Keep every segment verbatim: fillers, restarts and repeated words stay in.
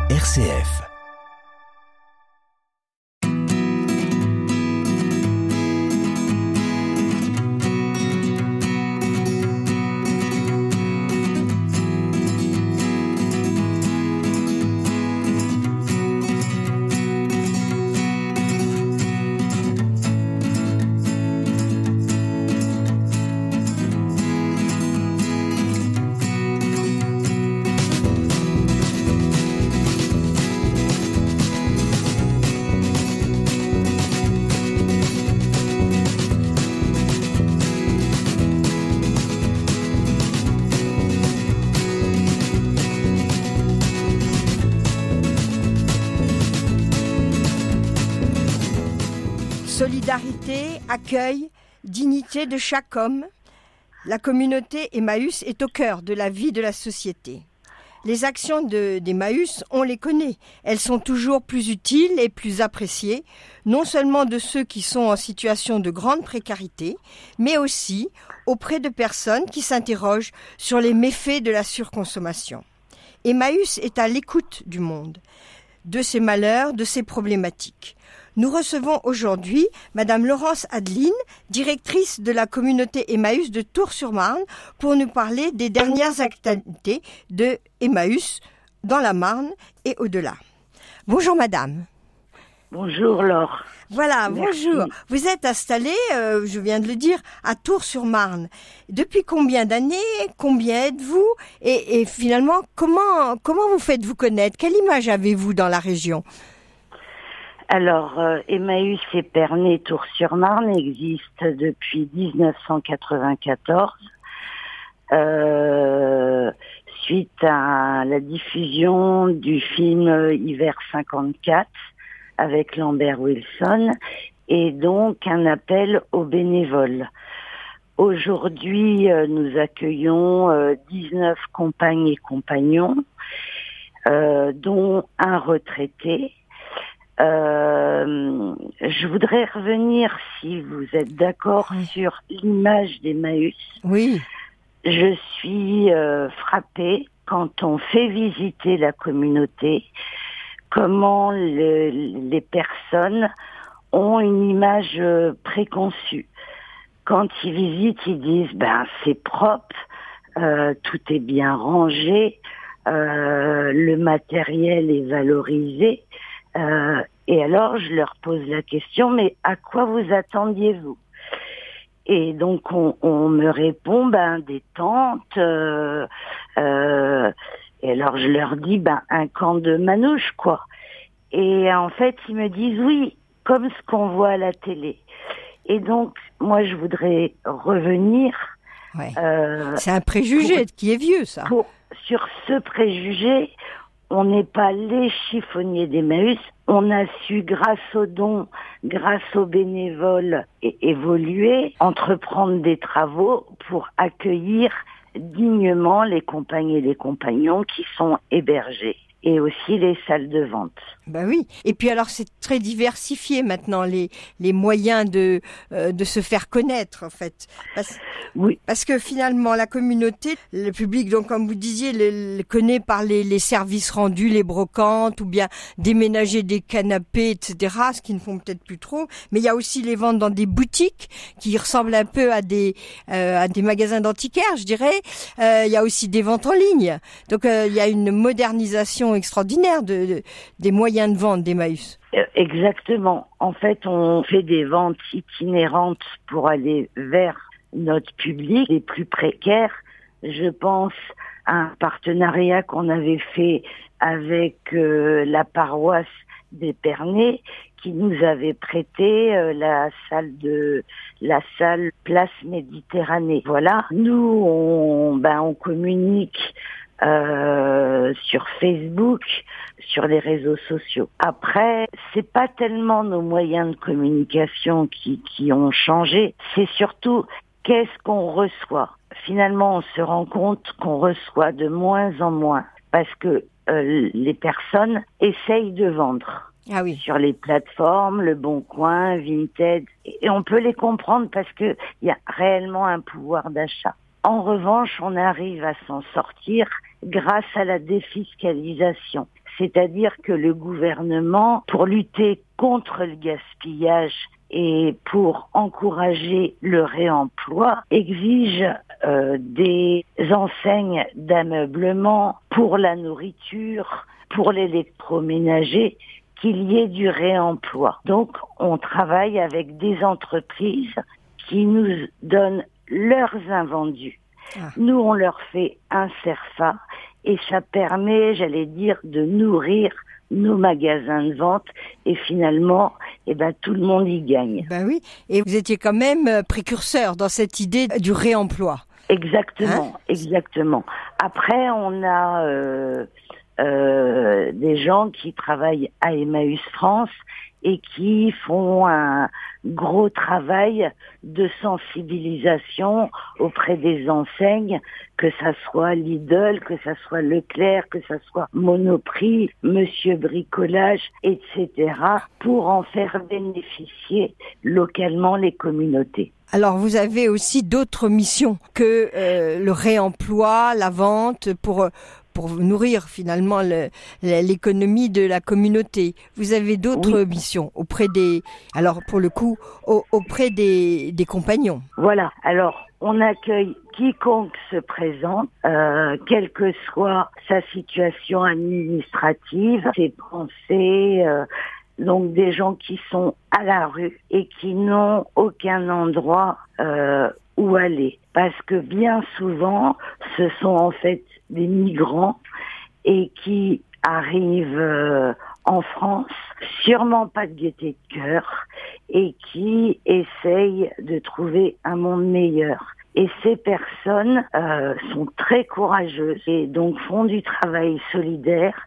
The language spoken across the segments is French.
R C F. Solidarité, accueil, dignité de chaque homme. La communauté Emmaüs est au cœur de la vie de la société. Les actions de, d'Emmaüs, on les connaît. Elles sont toujours plus utiles et plus appréciées, non seulement de ceux qui sont en situation de grande précarité, mais aussi auprès de personnes qui s'interrogent sur les méfaits de la surconsommation. Emmaüs est à l'écoute du monde, de ses malheurs, de ses problématiques. Nous recevons aujourd'hui Madame Laurence Adeline, directrice de la communauté Emmaüs de Tours-sur-Marne, pour nous parler des dernières activités de Emmaüs dans la Marne et au-delà. Bonjour Madame. Bonjour Laure. Voilà, Merci. Bonjour. Vous êtes installée, euh, je viens de le dire, à Tours-sur-Marne. Depuis combien d'années? Combien êtes-vous? Et, et finalement, comment, comment vous faites-vous connaître? Quelle image avez-vous dans la région? Alors, euh, Emmaüs Épernay Tours-sur-Marne existe depuis dix-neuf cent quatre-vingt-quatorze, euh, suite à la diffusion du film Hiver cinquante-quatre avec Lambert Wilson, et donc un appel aux bénévoles. Aujourd'hui, euh, nous accueillons euh, dix-neuf compagnes et compagnons, euh, dont un retraité. Euh, je voudrais revenir, si vous êtes d'accord, oui. sur l'image d'Emmaüs. Oui. Je suis euh, frappée quand on fait visiter la communauté, comment le, les personnes ont une image euh, préconçue. Quand ils visitent, ils disent ben c'est propre, euh, tout est bien rangé, euh, le matériel est valorisé. Euh, et alors, je leur pose la question, mais à quoi vous attendiez-vous? Et donc, on, on me répond, ben, des tentes. Euh, euh, et alors, je leur dis, ben, un camp de manouche, quoi. Et en fait, ils me disent, oui, comme ce qu'on voit à la télé. Et donc, moi, je voudrais revenir. Ouais. Euh, C'est un préjugé pour, qui est vieux, ça. Pour, sur ce préjugé. On n'est pas les chiffonniers d'Emmaüs, on a su, grâce aux dons, grâce aux bénévoles, é- évoluer, entreprendre des travaux pour accueillir dignement les compagnes et les compagnons qui sont hébergés. Et aussi les salles de vente. Ben oui. Et puis alors c'est très diversifié maintenant les les moyens de euh, de se faire connaître en fait. Parce, oui. Parce que finalement la communauté, le public, donc comme vous disiez, le, le connaît par les les services rendus, les brocantes ou bien déménager des canapés, et cetera. Ce qu'ils ne font peut-être plus trop. Mais il y a aussi les ventes dans des boutiques qui ressemblent un peu à des euh, à des magasins d'antiquaires, je dirais. Euh, il y a aussi des ventes en ligne. Donc euh, il y a une modernisation extraordinaire de, de, des moyens de vente d'Emmaüs. Exactement. En fait, on fait des ventes itinérantes pour aller vers notre public, les plus précaires. Je pense à un partenariat qu'on avait fait avec euh, la paroisse d'Épernay, qui nous avait prêté euh, la salle de la salle Place Méditerranée. Voilà. Nous, on, ben, on communique Euh, sur Facebook, sur les réseaux sociaux. Après, c'est pas tellement nos moyens de communication qui, qui ont changé, c'est surtout qu'est-ce qu'on reçoit. Finalement, on se rend compte qu'on reçoit de moins en moins parce que euh, les personnes essayent de vendre. Ah oui. Sur les plateformes, Le Bon Coin, Vinted, et on peut les comprendre parce que il y a réellement un pouvoir d'achat. En revanche, on arrive à s'en sortir grâce à la défiscalisation. C'est-à-dire que le gouvernement, pour lutter contre le gaspillage et pour encourager le réemploi, exige euh, des enseignes d'ameublement pour la nourriture, pour l'électroménager, qu'il y ait du réemploi. Donc, on travaille avec des entreprises qui nous donnent leurs invendus. Ah. Nous, on leur fait un CERFA et ça permet, j'allais dire, de nourrir nos magasins de vente et finalement, eh ben, tout le monde y gagne. Ben oui, et vous étiez quand même précurseur dans cette idée du réemploi. Exactement, hein? Exactement. Après, on a euh, euh, des gens qui travaillent à Emmaüs France et qui font un gros travail de sensibilisation auprès des enseignes, que ça soit Lidl, que ça soit Leclerc, que ça soit Monoprix, Monsieur Bricolage, et cetera, pour en faire bénéficier localement les communautés. Alors, vous avez aussi d'autres missions que euh, le réemploi, la vente, pour pour nourrir finalement le, l'économie de la communauté. Vous avez d'autres oui. missions auprès des, alors pour le coup, au, auprès des, des compagnons. Voilà. Alors, on accueille quiconque se présente, euh, quelle que soit sa situation administrative, ses pensées. Euh, Donc des gens qui sont à la rue et qui n'ont aucun endroit euh, où aller. Parce que bien souvent, ce sont en fait des migrants et qui arrivent euh, en France, sûrement pas de gaieté de cœur, et qui essayent de trouver un monde meilleur. Et ces personnes euh, sont très courageuses et donc font du travail solidaire,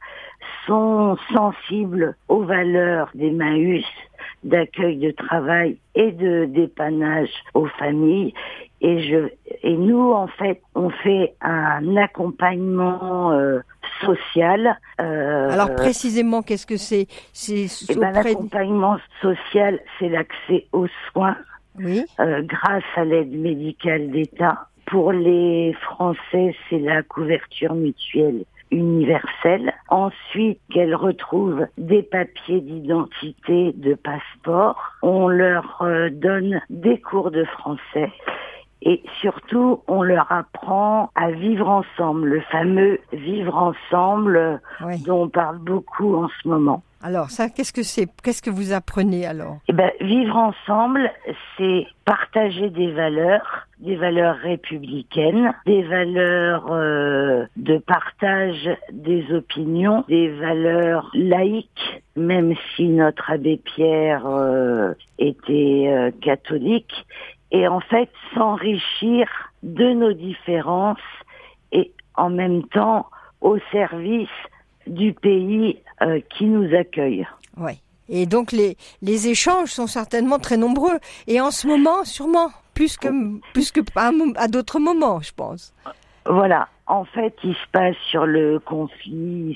sont sensibles aux valeurs d'Emmaüs, d'accueil de travail et de dépannage aux familles. Et je, et nous, en fait, on fait un accompagnement euh, social. Euh, Alors précisément, qu'est-ce que c'est, c'est eh ben, l'accompagnement social, c'est l'accès aux soins. Oui. Euh, grâce à l'aide médicale d'État. Pour les Français, c'est la couverture mutuelle universelle. Ensuite, qu'elles retrouvent des papiers d'identité, de passeport. On leur euh, donne des cours de français. Et surtout, on leur apprend à vivre ensemble, le fameux vivre ensemble oui. dont on parle beaucoup en ce moment. Alors ça, qu'est-ce que c'est ? Qu'est-ce que vous apprenez alors ? Eh ben, vivre ensemble, c'est partager des valeurs, des valeurs républicaines, des valeurs euh, de partage des opinions, des valeurs laïques, même si notre abbé Pierre euh, était euh, catholique, et en fait s'enrichir de nos différences et en même temps au service du pays euh, qui nous accueille. Oui. Et donc les les échanges sont certainement très nombreux et en ce moment sûrement plus que plus que à, à d'autres moments, je pense. Voilà. En fait, il se passe sur le conflit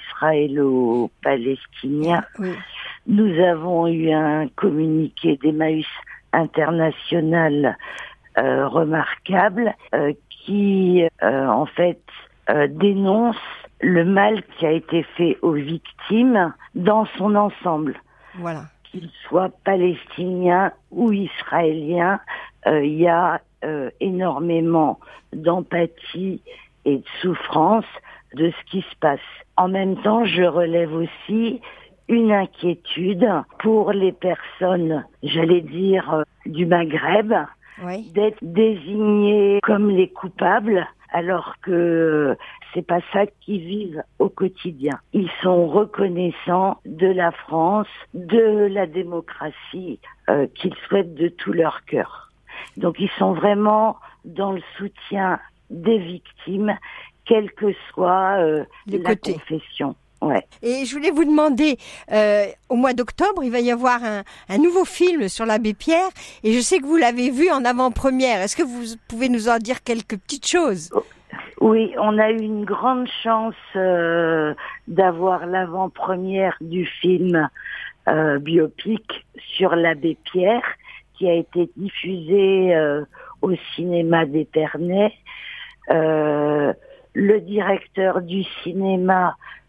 israélo-palestinien. Oui. Nous avons eu un communiqué d'Emmaüs international euh, remarquable euh, qui euh, en fait euh, dénonce le mal qui a été fait aux victimes dans son ensemble. Voilà. Qu'ils soient palestiniens ou israéliens, euh, il y a euh, énormément d'empathie et de souffrance de ce qui se passe. En même temps, je relève aussi une inquiétude pour les personnes, j'allais dire, euh, du Maghreb, oui. d'être désignées comme les coupables, alors que c'est pas ça qu'ils vivent au quotidien. Ils sont reconnaissants de la France, de la démocratie, euh, qu'ils souhaitent de tout leur cœur. Donc ils sont vraiment dans le soutien des victimes, quelle que soit euh, la côté. confession. Ouais. Et je voulais vous demander, euh, au mois d'octobre, il va y avoir un, un nouveau film sur l'abbé Pierre, et je sais que vous l'avez vu en avant-première. Est-ce que vous pouvez nous en dire quelques petites choses ? Oui, on a eu une grande chance euh, d'avoir l'avant-première du film euh, biopic sur l'abbé Pierre, qui a été diffusé euh, au cinéma d'Épernay. Euh, le directeur du cinéma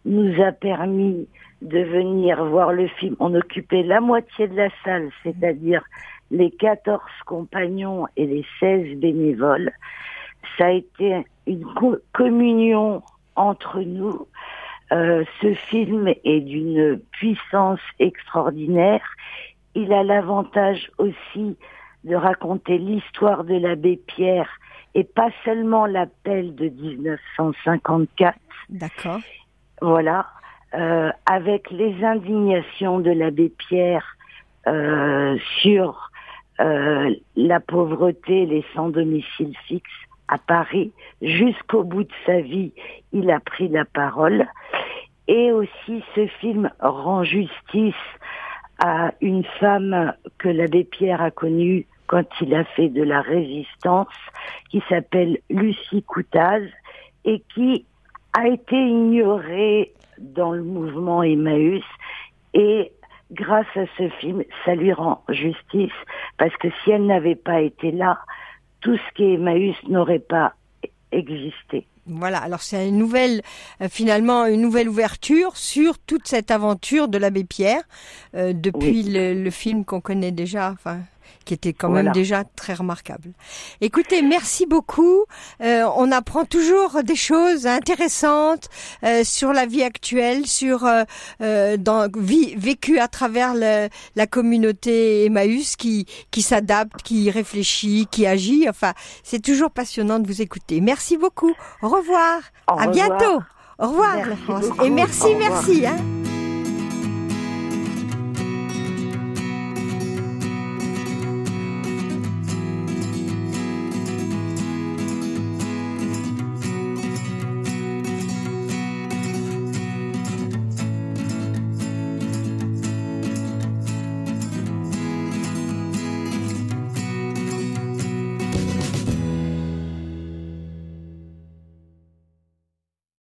nous a permis de venir voir le film. On occupait la moitié de la salle, c'est-à-dire les quatorze compagnons et les seize bénévoles. Ça a été une co- communion entre nous. Euh, ce film est d'une puissance extraordinaire. Il a l'avantage aussi de raconter l'histoire de l'abbé Pierre et pas seulement l'appel de dix-neuf cent cinquante-quatre. D'accord. Voilà, euh, avec les indignations de l'abbé Pierre euh, sur euh, la pauvreté, les sans domicile fixe à Paris, jusqu'au bout de sa vie, il a pris la parole. Et aussi, ce film rend justice à une femme que l'abbé Pierre a connue quand il a fait de la résistance, qui s'appelle Lucie Coutaz, et qui a été ignorée dans le mouvement Emmaüs. Et grâce à ce film, ça lui rend justice, parce que si elle n'avait pas été là, tout ce qui est Emmaüs n'aurait pas existé. Voilà, alors c'est une nouvelle, euh, finalement, une nouvelle ouverture sur toute cette aventure de l'abbé Pierre, euh, depuis oui. le, le film qu'on connaît déjà, enfin, qui était quand voilà. même déjà très remarquable. Écoutez, merci beaucoup. Euh, on apprend toujours des choses intéressantes euh, sur la vie actuelle, sur euh, euh, dans vie vécue à travers le, la communauté Emmaüs qui qui s'adapte, qui réfléchit, qui agit. Enfin, c'est toujours passionnant de vous écouter. Merci beaucoup. Au revoir. Au à revoir. bientôt. Au revoir. Merci Et merci, merci. Hein.